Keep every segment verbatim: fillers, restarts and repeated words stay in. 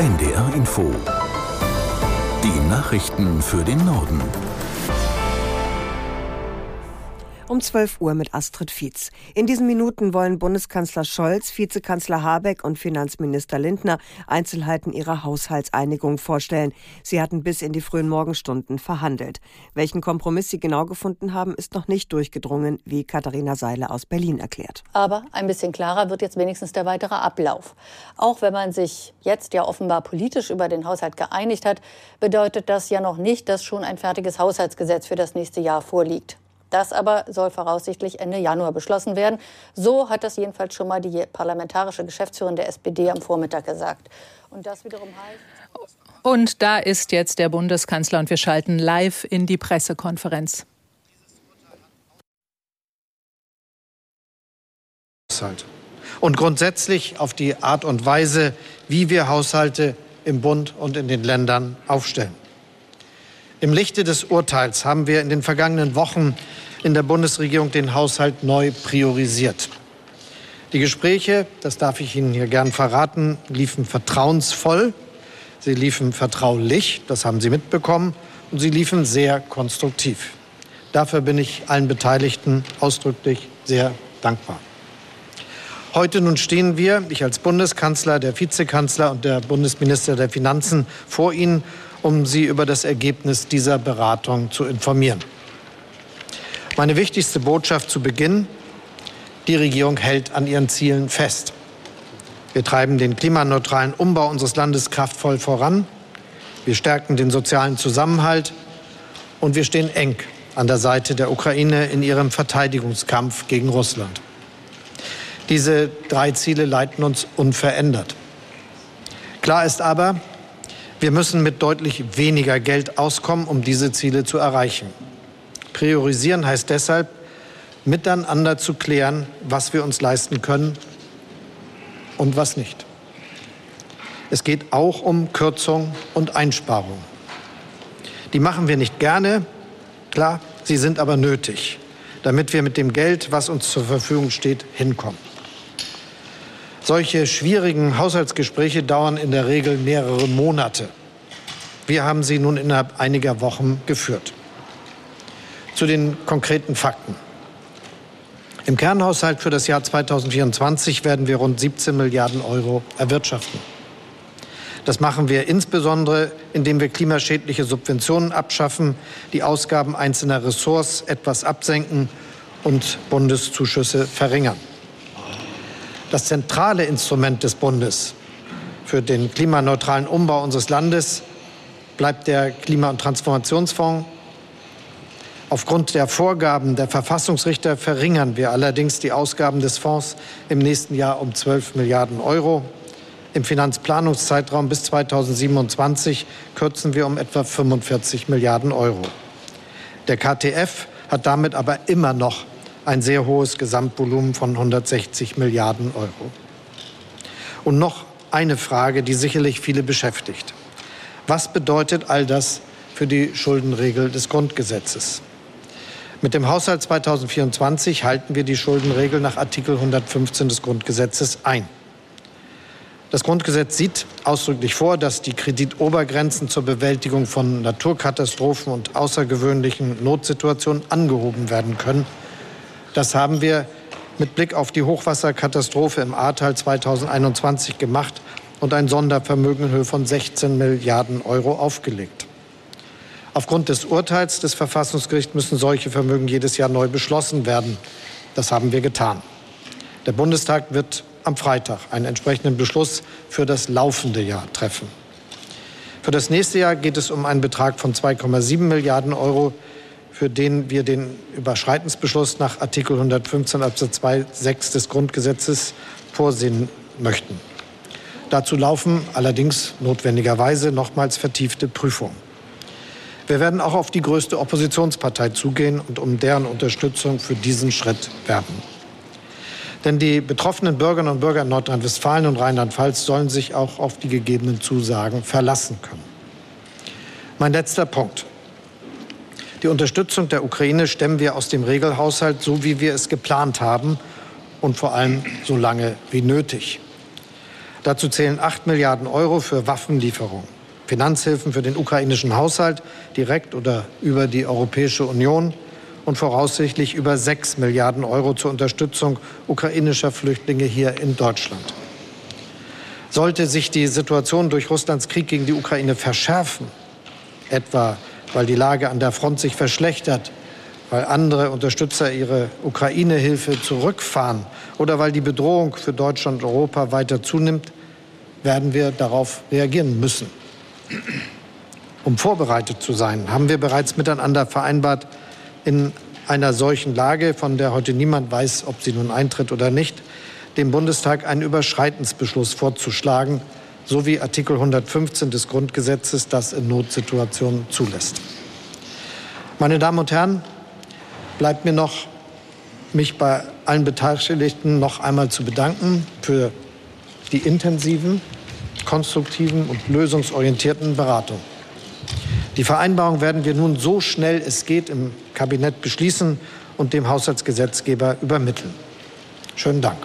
N D R Info. Die Nachrichten für den Norden. Um zwölf Uhr mit Astrid Fietz. In diesen Minuten wollen Bundeskanzler Scholz, Vizekanzler Habeck und Finanzminister Lindner Einzelheiten ihrer Haushaltseinigung vorstellen. Sie hatten bis in die frühen Morgenstunden verhandelt. Welchen Kompromiss sie genau gefunden haben, ist noch nicht durchgedrungen, wie Katharina Seiler aus Berlin erklärt. Aber ein bisschen klarer wird jetzt wenigstens der weitere Ablauf. Auch wenn man sich jetzt ja offenbar politisch über den Haushalt geeinigt hat, bedeutet das ja noch nicht, dass schon ein fertiges Haushaltsgesetz für das nächste Jahr vorliegt. Das aber soll voraussichtlich Ende Januar beschlossen werden. So hat das jedenfalls schon mal die parlamentarische Geschäftsführerin der S P D am Vormittag gesagt. Und das wiederum heißt... Und da ist jetzt der Bundeskanzler und wir schalten live in die Pressekonferenz. Und grundsätzlich auf die Art und Weise, wie wir Haushalte im Bund und in den Ländern aufstellen. Im Lichte des Urteils haben wir in den vergangenen Wochen in der Bundesregierung den Haushalt neu priorisiert. Die Gespräche, das darf ich Ihnen hier gern verraten, liefen vertrauensvoll, sie liefen vertraulich, das haben Sie mitbekommen, und sie liefen sehr konstruktiv. Dafür bin ich allen Beteiligten ausdrücklich sehr dankbar. Heute nun stehen wir, ich als Bundeskanzler, der Vizekanzler und der Bundesminister der Finanzen vor Ihnen, um Sie über das Ergebnis dieser Beratung zu informieren. Meine wichtigste Botschaft zu Beginn: Die Regierung hält an ihren Zielen fest. Wir treiben den klimaneutralen Umbau unseres Landes kraftvoll voran. Wir stärken den sozialen Zusammenhalt und wir stehen eng an der Seite der Ukraine in ihrem Verteidigungskampf gegen Russland. Diese drei Ziele leiten uns unverändert. Klar ist aber, wir müssen mit deutlich weniger Geld auskommen, um diese Ziele zu erreichen. Priorisieren heißt deshalb, miteinander zu klären, was wir uns leisten können und was nicht. Es geht auch um Kürzung und Einsparung. Die machen wir nicht gerne, klar, sie sind aber nötig, damit wir mit dem Geld, was uns zur Verfügung steht, hinkommen. Solche schwierigen Haushaltsgespräche dauern in der Regel mehrere Monate. Wir haben sie nun innerhalb einiger Wochen geführt. Zu den konkreten Fakten. Im Kernhaushalt für das Jahr zweitausendvierundzwanzig werden wir rund siebzehn Milliarden Euro erwirtschaften. Das machen wir insbesondere, indem wir klimaschädliche Subventionen abschaffen, die Ausgaben einzelner Ressorts etwas absenken und Bundeszuschüsse verringern. Das zentrale Instrument des Bundes für den klimaneutralen Umbau unseres Landes bleibt der Klima- und Transformationsfonds. Aufgrund der Vorgaben der Verfassungsrichter verringern wir allerdings die Ausgaben des Fonds im nächsten Jahr um zwölf Milliarden Euro. Im Finanzplanungszeitraum bis zweitausendsiebenundzwanzig kürzen wir um etwa fünfundvierzig Milliarden Euro. Der K T F hat damit aber immer noch ein sehr hohes Gesamtvolumen von hundertsechzig Milliarden Euro. Und noch eine Frage, die sicherlich viele beschäftigt. Was bedeutet all das für die Schuldenregel des Grundgesetzes? Mit dem Haushalt zweitausendvierundzwanzig halten wir die Schuldenregel nach Artikel hundertfünfzehn des Grundgesetzes ein. Das Grundgesetz sieht ausdrücklich vor, dass die Kreditobergrenzen zur Bewältigung von Naturkatastrophen und außergewöhnlichen Notsituationen angehoben werden können. Das haben wir mit Blick auf die Hochwasserkatastrophe im Ahrtal zweitausendeinundzwanzig gemacht und ein Sondervermögen in Höhe von sechzehn Milliarden Euro aufgelegt. Aufgrund des Urteils des Verfassungsgerichts müssen solche Vermögen jedes Jahr neu beschlossen werden. Das haben wir getan. Der Bundestag wird am Freitag einen entsprechenden Beschluss für das laufende Jahr treffen. Für das nächste Jahr geht es um einen Betrag von zwei Komma sieben Milliarden Euro, für den wir den Überschreitensbeschluss nach Artikel hundertfünfzehn Absatz zwei Satz sechs des Grundgesetzes vorsehen möchten. Dazu laufen allerdings notwendigerweise nochmals vertiefte Prüfungen. Wir werden auch auf die größte Oppositionspartei zugehen und um deren Unterstützung für diesen Schritt werben. Denn die betroffenen Bürgerinnen und Bürger in Nordrhein-Westfalen und Rheinland-Pfalz sollen sich auch auf die gegebenen Zusagen verlassen können. Mein letzter Punkt. Die Unterstützung der Ukraine stemmen wir aus dem Regelhaushalt, so wie wir es geplant haben und vor allem so lange wie nötig. Dazu zählen acht Milliarden Euro für Waffenlieferungen, Finanzhilfen für den ukrainischen Haushalt, direkt oder über die Europäische Union und voraussichtlich über sechs Milliarden Euro zur Unterstützung ukrainischer Flüchtlinge hier in Deutschland. Sollte sich die Situation durch Russlands Krieg gegen die Ukraine verschärfen, etwa weil die Lage an der Front sich verschlechtert, weil andere Unterstützer ihre Ukraine-Hilfe zurückfahren oder weil die Bedrohung für Deutschland und Europa weiter zunimmt, werden wir darauf reagieren müssen. Um vorbereitet zu sein, haben wir bereits miteinander vereinbart, in einer solchen Lage, von der heute niemand weiß, ob sie nun eintritt oder nicht, dem Bundestag einen Überschreitensbeschluss vorzuschlagen, so wie Artikel hundertfünfzehn des Grundgesetzes das in Notsituationen zulässt. Meine Damen und Herren, bleibt mir noch, mich bei allen Beteiligten noch einmal zu bedanken für die intensiven, konstruktiven und lösungsorientierten Beratungen. Die Vereinbarung werden wir nun so schnell es geht im Kabinett beschließen und dem Haushaltsgesetzgeber übermitteln. Schönen Dank.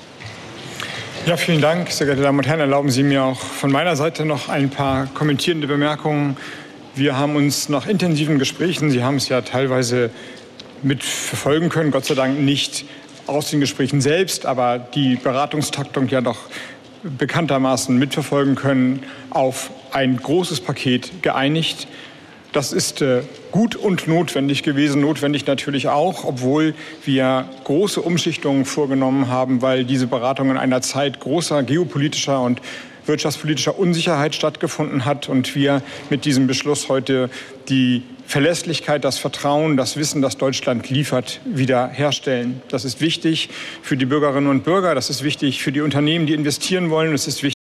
Ja, vielen Dank, sehr geehrte Damen und Herren. Erlauben Sie mir auch von meiner Seite noch ein paar kommentierende Bemerkungen. Wir haben uns nach intensiven Gesprächen, Sie haben es ja teilweise mitverfolgen können, Gott sei Dank nicht aus den Gesprächen selbst, aber die Beratungstaktung ja doch bekanntermaßen mitverfolgen können, auf ein großes Paket geeinigt. Das ist äh, gut und notwendig gewesen, notwendig natürlich auch, obwohl wir große Umschichtungen vorgenommen haben, weil diese Beratung in einer Zeit großer geopolitischer und wirtschaftspolitischer Unsicherheit stattgefunden hat und wir mit diesem Beschluss heute die Verlässlichkeit, das Vertrauen, das Wissen, das Deutschland liefert, wieder herstellen. Das ist wichtig für die Bürgerinnen und Bürger, das ist wichtig für die Unternehmen, die investieren wollen, das ist wichtig